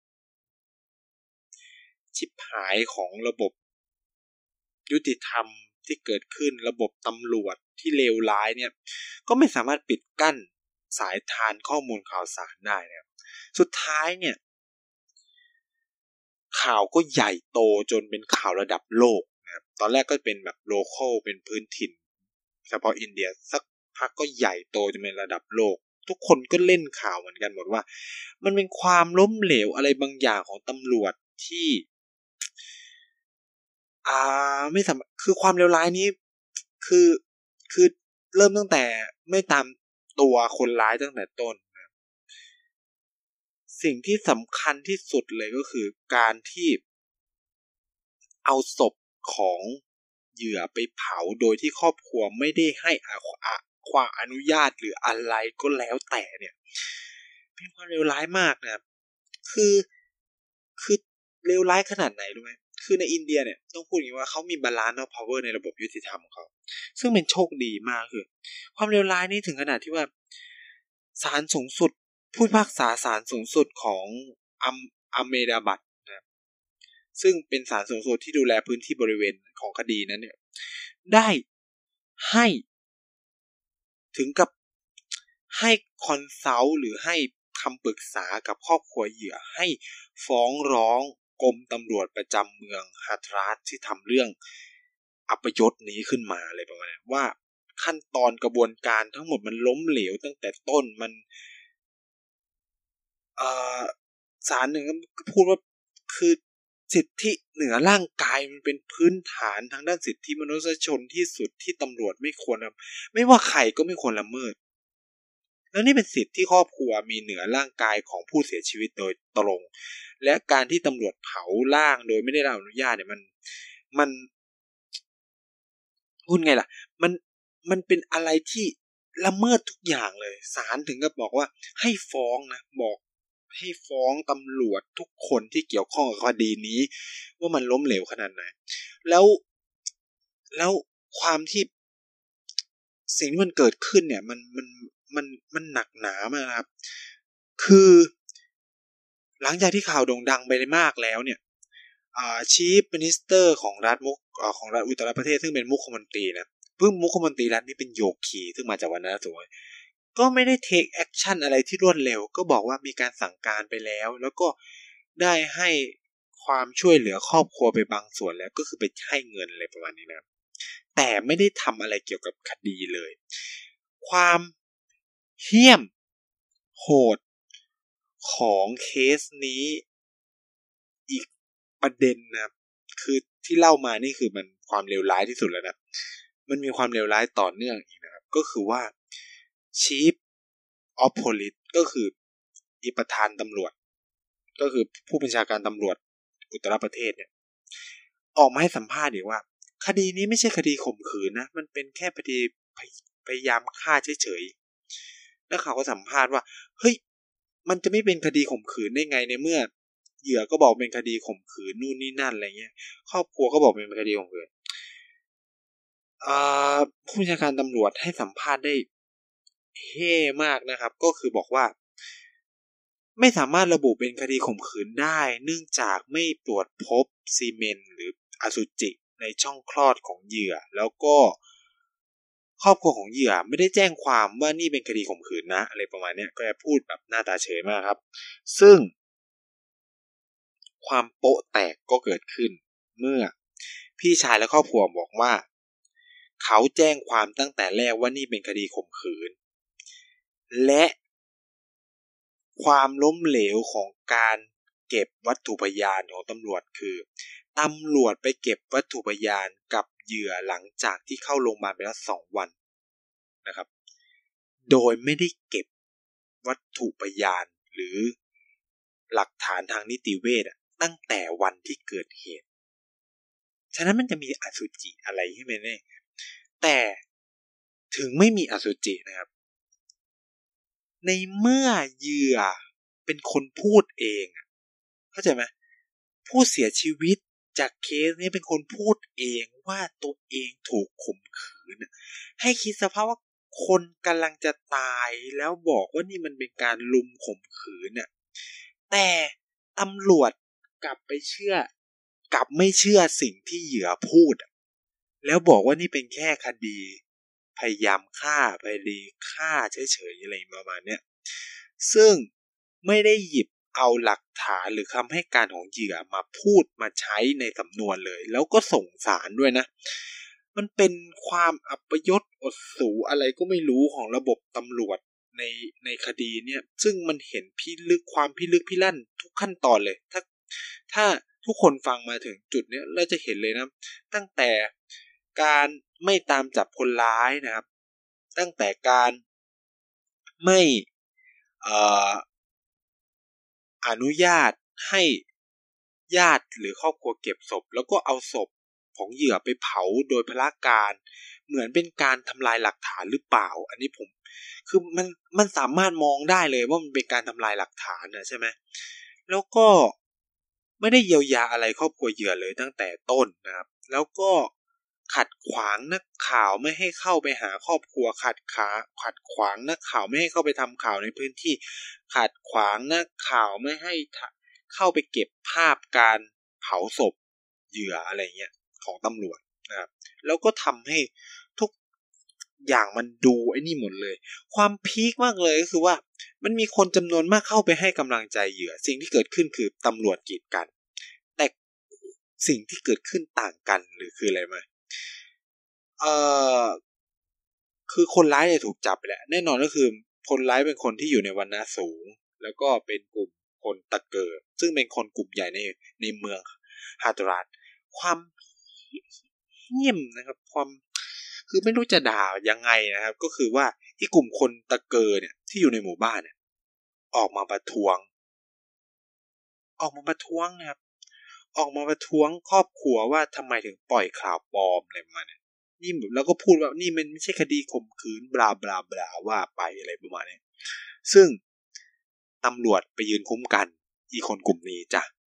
ชิบหายของระบบยุติธรรมที่เกิดขึ้นระบบตำรวจที่เลวร้ายเนี่ยก็ไม่สามารถปิดกั้นสายทานข้อมูลข่าวสารได้นะครับสุดท้ายเนี่ยข่าวก็ใหญ่โตจนเป็นข่าวระดับโลกนะครับตอนแรกก็เป็นแบบโลคอลเป็นพื้นถิ่นเฉพาะอินเดียสักพักก็ใหญ่โตจนเป็นระดับโลกทุกคนก็เล่นข่าวเหมือนกันหมดว่ามันเป็นความล้มเหลวอะไรบางอย่างของตำรวจที่ไม่สามารถคือความเลวร้ายนี้คือคือเริ่มตั้งแต่ไม่ตามตัวคนร้ายตั้งแต่ต้นสิ่งที่สำคัญที่สุดเลยก็คือการที่เอาศพของเหยื่อไปเผาโดยที่ครอบครัวไม่ได้ให้ความอนุญาตหรืออะไรก็แล้วแต่เนี่ยเป็นความเลวร้ายมากนะครับคือเลวร้ายขนาดไหนรู้ไหมคือในอินเดียเนี่ยต้องพูดอย่างนี้ว่าเขามีบาลานซ์พาวเวอร์ในระบบยุติธรรมของเขาซึ่งเป็นโชคดีมากคือความเลวร้ายนี่ถึงขนาดที่ว่าศาลสูงสุดผู้พิพากษาศาลสูงสุดของอัมเมดาบัดนะซึ่งเป็นศาลสูงสุดที่ดูแลพื้นที่บริเวณของคดีนั้นเนี่ยได้ให้ถึงกับให้คอนซัลท์หรือให้คำปรึกษากับครอบครัวเหยื่อให้ฟ้องร้องกรมตำรวจประจำเมืองฮาทราสที่ทำเรื่องอัปยศนี้ขึ้นมาอะไรประมาณนี้ว่าขั้นตอนกระบวนการทั้งหมดมันล้มเหลวตั้งแต่ต้นมันศาลหนึ่งก็พูดว่าคือสิทธิเหนือร่างกายมันเป็นพื้นฐานทางด้านสิทธิมนุษยชนที่สุดที่ตำรวจไม่ควรไม่ว่าใครก็ไม่ควรละเมิดแล้วนี่เป็นสิทธิที่ครอบครัวมีเหนือร่างกายของผู้เสียชีวิตโดยตรงและการที่ตำรวจเผาร่างโดยไม่ได้รับอนุญาตเนี่ยมันพูดไงล่ะมันเป็นอะไรที่ละเมิดทุกอย่างเลยศาลถึงกับบอกว่าให้ฟ้องนะบอกให้ฟ้องตำรวจทุกคนที่เกี่ยวข้องกับคดีนี้ว่ามันล้มเหลวขนาดไหนแล้วความที่สิ่งที่มันเกิดขึ้นเนี่ยมันหนักหนามากครับคือหลังจากที่ข่าวโด่งดังไปมากแล้วเนี่ยChief Minister ของรัฐอุตตรประเทศซึ่งเป็นมุขมนตรีนะเพิ่งมุขมนตรีรัฐนี่เป็นโยคีซึ่งมาจากวรรณสวยก็ไม่ได้ take action อะไรที่รวดเร็วก็บอกว่ามีการสั่งการไปแล้วแล้วก็ได้ให้ความช่วยเหลือครอบครัวไปบางส่วนแล้วก็คือไปให้เงินอะไรประมาณนี้นะแต่ไม่ได้ทำอะไรเกี่ยวกับคดีเลยความเหี้ยมโหดของเคสนี้อีกประเด็นนะคือที่เล่ามานี่คือมันความเลวร้ายที่สุดแล้วนะมันมีความเลวร้ายต่อเนื่องอีกนะครับก็คือว่า Chief of Police ก็คือประธานตำรวจก็คือผู้บัญชาการตำรวจอุตตรประเทศเนี่ยออกมาให้สัมภาษณ์อีกว่าคดีนี้ไม่ใช่คดีข่มขืนนะมันเป็นแค่คดีพยายามฆ่าเฉยๆแล้วเขาก็สัมภาษณ์ว่าเฮ้ยมันจะไม่เป็นคดีข่มขืนได้ไงในเมื่อเหยื่อก็บอกเป็นคดีข่มขืนนู่นนี่นั่นอะไรเงี้ยครอบครัวก็บอกเป็นคดีข่มขืนผู้บัญชาการตำรวจให้สัมภาษณ์ได้เท่มากนะครับก็คือบอกว่าไม่สามารถระบุเป็นคดีข่มขืนได้เนื่องจากไม่ตรวจพบซีเมนต์หรืออสุจิในช่องคลอดของเหยื่อแล้วก็ครอบครัวของเหยื่อไม่ได้แจ้งความว่านี่เป็นคดีข่มขืนนะอะไรประมาณนี้ก็จะพูดแบบหน้าตาเฉยมากครับซึ่งความโป๊ะแตกก็เกิดขึ้นเมื่อพี่ชายและครอบครัวบอกว่าเขาแจ้งความตั้งแต่แรกว่านี่เป็นคดีข่มขืนและความล้มเหลวของการเก็บวัตถุพยานของตำรวจคือตำรวจไปเก็บวัตถุพยานกับเหยื่อหลังจากที่เข้าโรงพยาบาลไปแล้ว2 วันนะครับโดยไม่ได้เก็บวัตถุพยานหรือหลักฐานทางนิติเวชตั้งแต่วันที่เกิดเหตุฉะนั้นมันจะมีอสุจิอะไรให้ไหมเนี่ยแต่ถึงไม่มีอสุจินะครับในเมื่อเหยื่อเป็นคนพูดเองเข้าใจไหมผู้เสียชีวิตจากเคสนี้เป็นคนพูดเองว่าตัวเองถูกข่มขืนให้คิดสภาพว่าคนกำลังจะตายแล้วบอกว่านี่มันเป็นการลุมข่มขืนแต่ตำรวจกลับไม่เชื่อสิ่งที่เหยื่อพูดแล้วบอกว่านี่เป็นแค่คดีพยายามฆ่าพยายามฆ่าเฉยๆอะไรประมาณนี้ซึ่งไม่ได้หยิบเอาหลักฐานหรือคำให้การของเหยื่อมาพูดมาใช้ในสำนวนเลยแล้วก็ส่งศาลด้วยนะมันเป็นความอัปยศอดสูอะไรก็ไม่รู้ของระบบตำรวจในคดีเนี่ยซึ่งมันเห็นความพิลึกพิลั่นทุกขั้นตอนเลยถ้าทุกคนฟังมาถึงจุดนี้เราจะเห็นเลยนะตั้งแต่การไม่ตามจับคนร้ายนะครับตั้งแต่การไม่อนุญาตให้ญาติหรือครอบครัวเก็บศพแล้วก็เอาศพของเหยื่อไปเผาโดยพลการเหมือนเป็นการทำลายหลักฐานหรือเปล่าอันนี้ผมคือมันสามารถมองได้เลยว่ามันเป็นการทำลายหลักฐานนะใช่ไหมแล้วก็ไม่ได้เยียวยาอะไรครอบครัวเหยื่อเลยตั้งแต่ต้นนะครับแล้วก็ขัดขวางนักข่าวไม่ให้เข้าไปหาครอบครัวขัดขวางนักข่าวไม่ให้เข้าไปทำข่าวในพื้นที่ขัดขวางนักข่าวไม่ให้เข้าไปเก็บภาพการเผาศพเหยื่ออะไรเงี้ยของตำรวจนะครับแล้วก็ทำให้ทุกอย่างมันดูไอ้นี่หมดเลยความพีคมากเลยก็คือว่ามันมีคนจำนวนมากเข้าไปให้กำลังใจเหยื่อสิ่งที่เกิดขึ้นคือตำรวจกีดกันแต่สิ่งที่เกิดขึ้นต่างกันหรือคืออะไรมั้ยคือคนร้ายเนี่ยถูกจับไปแล้วแน่นอนก็คือคนร้ายเป็นคนที่อยู่ในวรรณะสูงแล้วก็เป็นกลุ่มคนตะเกิดซึ่งเป็นคนกลุ่มใหญ่ในเมืองฮาตราดความเงี่ยมนะครับความคือไม่รู้จะด่ายังไงนะครับก็คือว่าที่กลุ่มคนตะเกิดเนี่ยที่อยู่ในหมู่บ้านเนี่ยออกมาประท้วงนะครับออกมาประท้วงครอบครัวว่าทำไมถึงปล่อยข่าวปลอมอะไรมาเนี่ยนี่แล้วก็พูดว่านี่มันไม่ใช่คดีข่มขืนบลาบลาบลาว่าไปอะไรประมาณนี้ซึ่งตำรวจไปยืนคุ้มกันอีคนกลุ่มนี้จ้ะ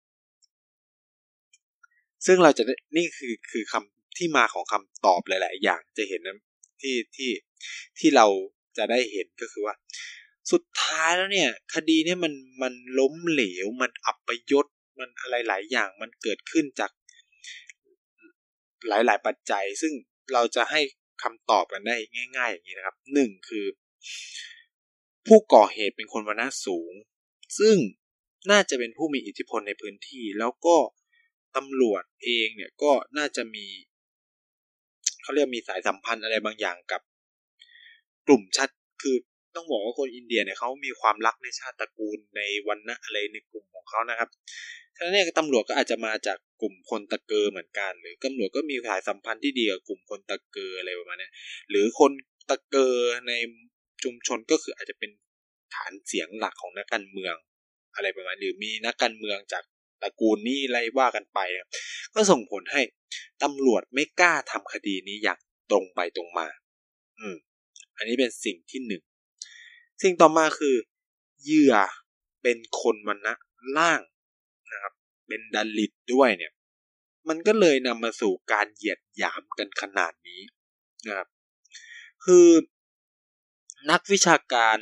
ซึ่งเราจะนี่คือคำที่มาของคำตอบหลายๆอย่างจะเห็นนะที่เราจะได้เห็นก็คือว่าสุดท้ายแล้วเนี่ยคดีเนี่ยมันล้มเหลวมันอัปยศมันอะไรหลายอย่างมันเกิดขึ้นจากหลายๆปัจจัยซึ่งเราจะให้คำตอบกันได้ง่ายๆอย่างนี้นะครับ1คือผู้ก่อเหตุเป็นคนวรรณะสูงซึ่งน่าจะเป็นผู้มีอิทธิพลในพื้นที่แล้วก็ตำรวจเองเนี่ยก็น่าจะมีเขาเรียกมีสายสัมพันธ์อะไรบางอย่างกับกลุ่มชาติคือต้องบอกว่าคนอินเดียเนี่ยเขามีความรักในชาติตระกูลในวรรณะอะไรในกลุ่มของเขานะครับฉะนั้นเนี่ยตำรวจก็อาจจะมาจากกลุ่มคนตะเกอเหมือนกันหรือตำรวจก็มีสายสัมพันธ์ที่ดีกับกลุ่มคนตะเกออะไรประมาณนี้หรือคนตะเกอในชุมชนก็คืออาจจะเป็นฐานเสียงหลักของนักการเมืองอะไรประมาณหรือมีนักการเมืองจากตระกูลนี้อะไรว่ากันไปนะก็ส่งผลให้ตำรวจไม่กล้าทำคดีนี้อย่างตรงไปตรงมาอันนี้เป็นสิ่งที่หนึ่งสิ่งต่อมาคือเหยื่อเป็นคนวรรณะล่างนะครับเป็นดลิตด้วยเนี่ยมันก็เลยนำมาสู่การเหยียดหยามกันขนาดนี้นะครับคือนักวิชาการ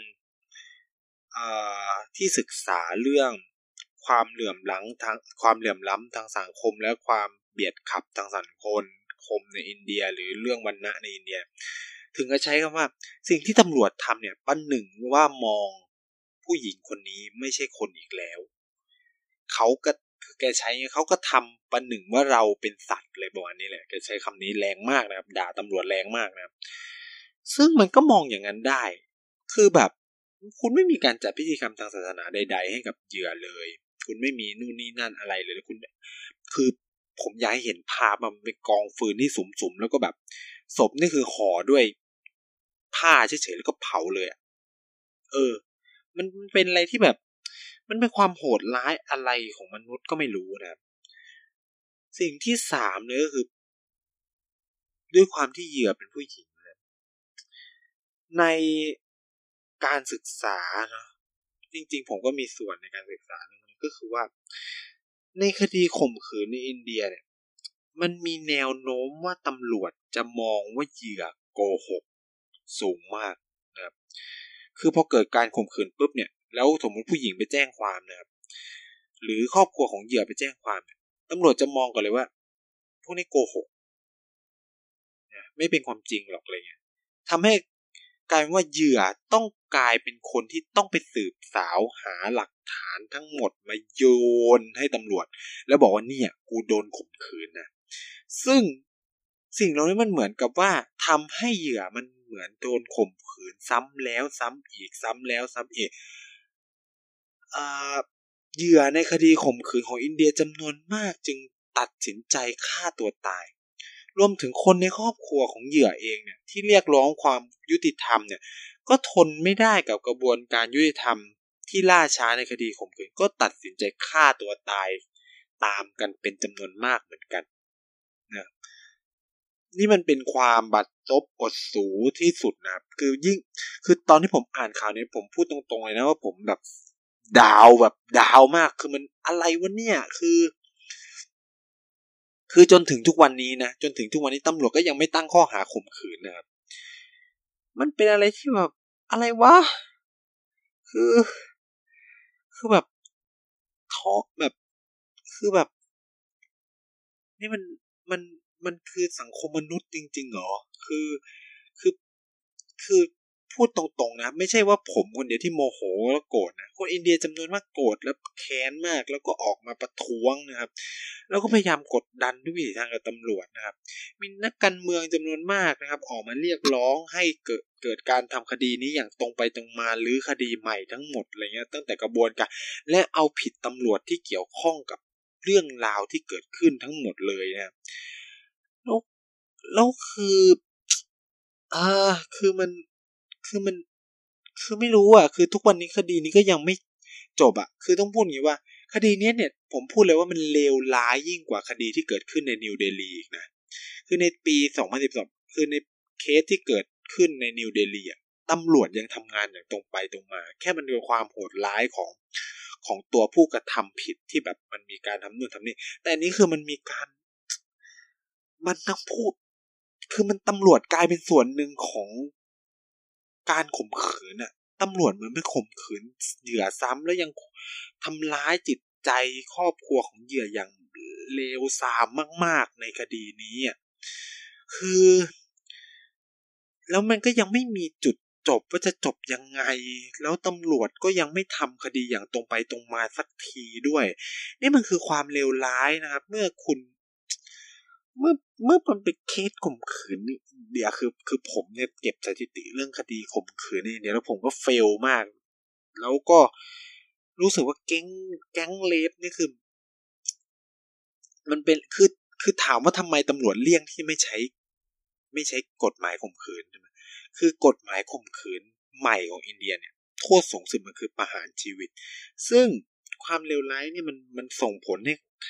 ที่ศึกษาเรื่องความเหลื่อมล้ำทางสังคมและความเบียดขับทางสังคมในอินเดียหรือเรื่องวรรณะในอินเดียถึงจะใช้คำว่าสิ่งที่ตำรวจทำเนี่ยประหนึ่งว่ามองผู้หญิงคนนี้ไม่ใช่คนอีกแล้วเขาก็แกใช้เขาก็ทำประหนึ่งว่าเราเป็นสัตว์เลยประมาณนี้แหละแกใช้คำนี้แรงมากนะครับด่าตำรวจแรงมากนะครับซึ่งมันก็มองอย่างนั้นได้คือแบบคุณไม่มีการจัดพิธีกรรมทางศาสนาใดๆให้กับเหยื่อเลยคุณไม่มีนู่นนี่นั่นอะไรเลยคุณคือผมอยากให้เห็นภาพมันเป็นกองฟืนที่สุมๆแล้วก็แบบศพนี่คือห่อด้วยผ้าเฉยๆแล้วก็เผาเลยมันเป็นอะไรที่แบบมันเป็นความโหดร้ายอะไรของมนุษย์ก็ไม่รู้นะครับสิ่งที่3เลยก็คือด้วยความที่เหยื่อเป็นผู้หญิงในการศึกษาเนาะจริงๆผมก็มีส่วนในการศึกษาก็คือว่าในคดีข่มขืนในอินเดียเนี่ยมันมีแนวโน้มว่าตำรวจจะมองว่าเหยื่อโกหกสูงมากนะครับคือพอเกิดการข่มขืนปุ๊บเนี่ยแล้วสมมติผู้หญิงไปแจ้งความนะครับหรือครอบครัวของเหยื่อไปแจ้งความตำรวจจะมองก่อนเลยว่าพวกนี้โกหกไม่เป็นความจริงหรอกอะไรเงี้ยทำให้กลายเป็นว่าเหยื่อต้องกลายเป็นคนที่ต้องไปสืบสาวหาหลักฐานทั้งหมดมาโยนให้ตำรวจแล้วบอกว่าเนี่ยกูโดนข่มขืนนะซึ่งสิ่งเหล่านี้มันเหมือนกับว่าทำให้เหยื่อมันเหมือนโดนข่มขืนซ้ำแล้วซ้ำอีกซ้ำแล้วซ้ำอีกเหยื่อในคดีข่มขืนของอินเดียจำนวนมากจึงตัดสินใจฆ่าตัวตายรวมถึงคนในครอบครัวของเหยื่อเองเนี่ยที่เรียกร้องความยุติธรรมเนี่ยก็ทนไม่ได้กับกระบวนการยุติธรรมที่ที่ล่าช้าในคดีข่มขืนก็ตัดสินใจฆ่าตัวตายตามกันเป็นจำนวนมากเหมือนกันนะนี่มันเป็นความบัดซบอดสูที่สุดนะครับคือตอนที่ผมอ่านข่าวนี้ผมพูดตรงๆเลยนะว่าผมแบบดาวมากคือมันอะไรวะเนี่ยคือจนถึงทุกวันนี้นะจนถึงทุกวันนี้ตำรวจก็ยังไม่ตั้งข้อหาข่มขืนนะครับมันเป็นอะไรที่แบบอะไรวะคือแบบท้อแบบคือแบบนี่มันมันคือสังคมมนุษย์จริงๆเหรอคือคือคือพูดตรงๆนะไม่ใช่ว่าผมคนเดียวที่โมโหแล้วโกรธนะคนอินเดียจำนวนมากโกรธและแค้นมากแล้วก็ออกมาประท้วงนะครับแล้วก็พยายามกดดันด้วยวิธีทางกับตำรวจนะครับมีนักการเมืองจำนวนมากนะครับออกมาเรียกร้องให้เกิดการทำคดีนี้อย่างตรงไปตรงมาหรือคดีใหม่ทั้งหมดอะไรเงี้ยตั้งแต่กระบวนการและเอาผิดตำรวจที่เกี่ยวข้องกับเรื่องราวที่เกิดขึ้นทั้งหมดเลยนะแล้วคือคือมันคือมันคือไม่รู้คือทุกวันนี้คดีนี้ก็ยังไม่จบคือต้องพูดอย่างนี้ว่าคดีนี้เนี่ยผมพูดเลยว่ามันเลวร้ายยิ่งกว่าคดีที่เกิดขึ้นในนิวเดลีอีกนะคือในปี2012คือในเคสที่เกิดขึ้นในนิวเดลีตำรวจยังทำงานอย่างตรงไปตรงมาแค่มันเป็นความโหดร้ายของตัวผู้กระทำผิดที่แบบมันมีการทำนู่นทำนี่แต่อันนี้คือมันมีการมันต้องพูดคือมันตำรวจกลายเป็นส่วนหนึ่งของการข่มขืนตำรวจเหมือนไปข่มขืนเหยื่อซ้ำแล้วยังทำร้ายจิตใจครอบครัวของเหยื่ออย่างเลวทรามมากๆในคดีนี้คือแล้วมันก็ยังไม่มีจุดจบว่าจะจบยังไงแล้วตำรวจก็ยังไม่ทำคดีอย่างตรงไปตรงมาสักทีด้วยนี่มันคือความเลวร้ายนะครับเมื่อมันเป็นเคสข่มขืนนี่เดี๋ยวคือผมเนี่ยเก็บสถิติเรื่องคดีข่มขืนนี่เดี๋ยวแล้วผมก็เฟลมากแล้วก็รู้สึกว่าแก๊งเลฟนี่คือมันเป็นคือถามว่าทำไมตำรวจเลี่ยงที่ไม่ใช้กฎหมายข่มขืนใช่ไหมคือกฎหมายข่มขืนใหม่ของอินเดียเนี่ยโทษสูงสุดมันคือประหารชีวิตซึ่งความเลวร้ายเนี่ยมันส่งผล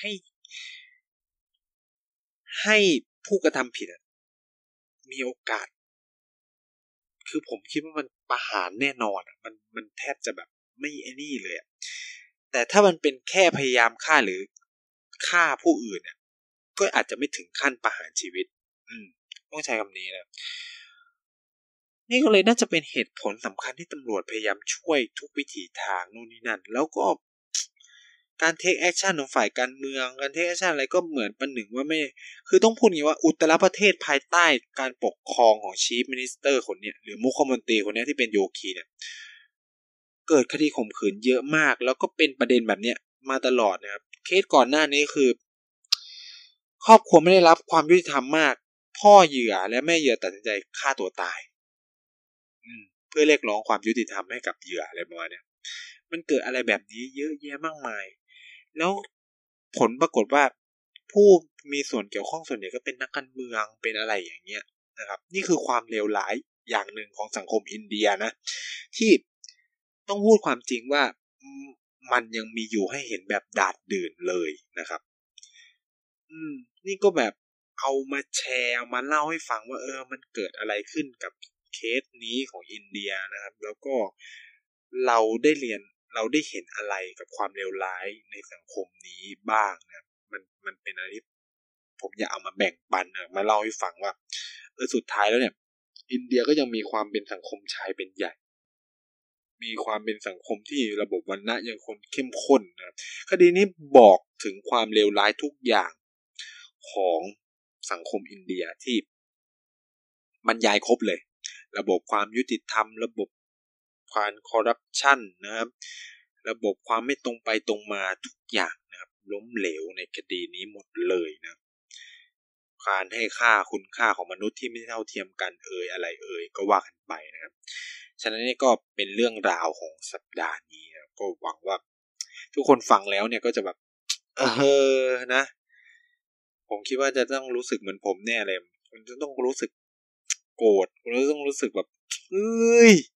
ให้ผู้กระทำผิดมีโอกาสคือผมคิดว่ามันประหารแน่นอนมันแทบจะแบบไม่ไอ้นี่เลยแต่ถ้ามันเป็นแค่พยายามฆ่าหรือฆ่าผู้อื่นก็อาจจะไม่ถึงขั้นประหารชีวิตต้องใช้คำนี้นะนี่ก็เลยน่าจะเป็นเหตุผลสำคัญที่ตำรวจพยายามช่วยทุกวิถีทางนู่นนี่นั่นแล้วก็การเทคแอคชั่นของฝ่ายการเมืองการเทคแอคชั่นอะไรก็เหมือนประหนึ่งว่าไม่คือต้องพูดอย่างนี้ว่าอุตรประเทศภายใต้การปกครองของชีฟมินิสเตอร์คนเนี้ยหรือมุขมนตรีคนนี้ที่เป็นโยคีเนี่ยเกิดคดีข่มขืนเยอะมากแล้วก็เป็นประเด็นแบบเนี้ยมาตลอดนะครับเคสก่อนหน้านี้คือครอบครัวไม่ได้รับความยุติธรรมมากพ่อเหยื่อและแม่เหยื่อตัดสินใจฆ่าตัวตายเพื่อเรียกร้องความยุติธรรมให้กับเหยื่ออะไรประมาณนี้มันเกิดอะไรแบบนี้เยอะแยะมากมายแล้วผลปรากฏว่าผู้มีส่วนเกี่ยวข้องส่วนใหญ่ก็เป็นนักการเมืองเป็นอะไรอย่างเงี้ยนะครับนี่คือความเลวร้ายอย่างหนึ่งของสังคมอินเดียนะที่ต้องพูดความจริงว่ามันยังมีอยู่ให้เห็นแบบดาดดื่นเลยนะครับนี่ก็แบบเอามาแชร์เอามาเล่าให้ฟังว่ามันเกิดอะไรขึ้นกับเคสนี้ของอินเดียนะครับแล้วก็เราได้เห็นอะไรกับความเลวร้ายในสังคมนี้บ้างนะมันเป็นอะไรที่ผมอยากเอามาแบ่งปันมาเล่าให้ฟังว่าสุดท้ายแล้วเนี่ยอินเดียก็ยังมีความเป็นสังคมชายเป็นใหญ่มีความเป็นสังคมที่ระบบวรรณะยังคงเข้มข้นนะคดีนี้บอกถึงความเลวร้ายทุกอย่างของสังคมอินเดียที่บรรยายครบเลยระบบความยุติธรรมระบบความคอร์รัปชันนะครับระบบความไม่ตรงไปตรงมาทุกอย่างนะครับล้มเหลวในคดีนี้หมดเลยนะการให้ค่าคุณค่าของมนุษย์ที่ไม่เท่าเทียมกันอะไรก็ว่ากันไปนะครับฉะนั้นนี่ก็เป็นเรื่องราวของสัปดาห์นี้นะก็หวังว่าทุกคนฟังแล้วเนี่ยก็จะแบบนะผมคิดว่าจะต้องรู้สึกเหมือนผมแน่เลยคุณจะต้องรู้สึกโกรธคุณจะต้องรู้สึกแบบเอ้ย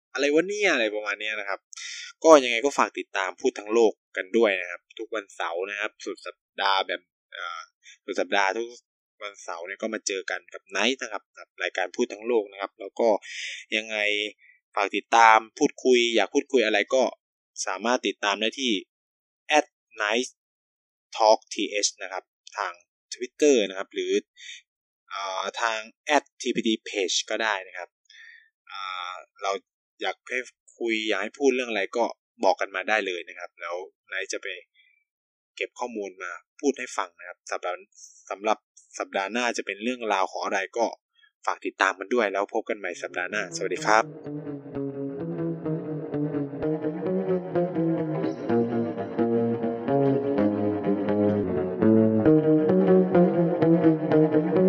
อะไรวะเนี่ยอะไรประมาณนี้นะครับก็ยังไงก็ฝากติดตามพูดทั้งโลกกันด้วยนะครับทุกวันเสาร์นะครับสุดสัปดาห์แบบสุดสัปดาห์ทุกวันเสาร์เนี่ยก็มาเจอกันกับไนท์นะครับกับรายการพูดทั้งโลกนะครับแล้วก็ยังไงฝากติดตามพูดคุยอยากพูดคุยอะไรก็สามารถติดตามได้ที่ @nighttalkth นะครับทาง Twitter นะครับหรือทาง @tpdpage ก็ได้นะครับเราอยากให้คุยอยากให้พูดเรื่องอะไรก็บอกกันมาได้เลยนะครับแล้วนายจะไปเก็บข้อมูลมาพูดให้ฟังนะครับสำหรับสัปดาห์หน้าจะเป็นเรื่องราวของอะไรก็ฝากติดตามมันด้วยแล้วพบกันใหม่สัปดาห์หน้าสวัสดีครับ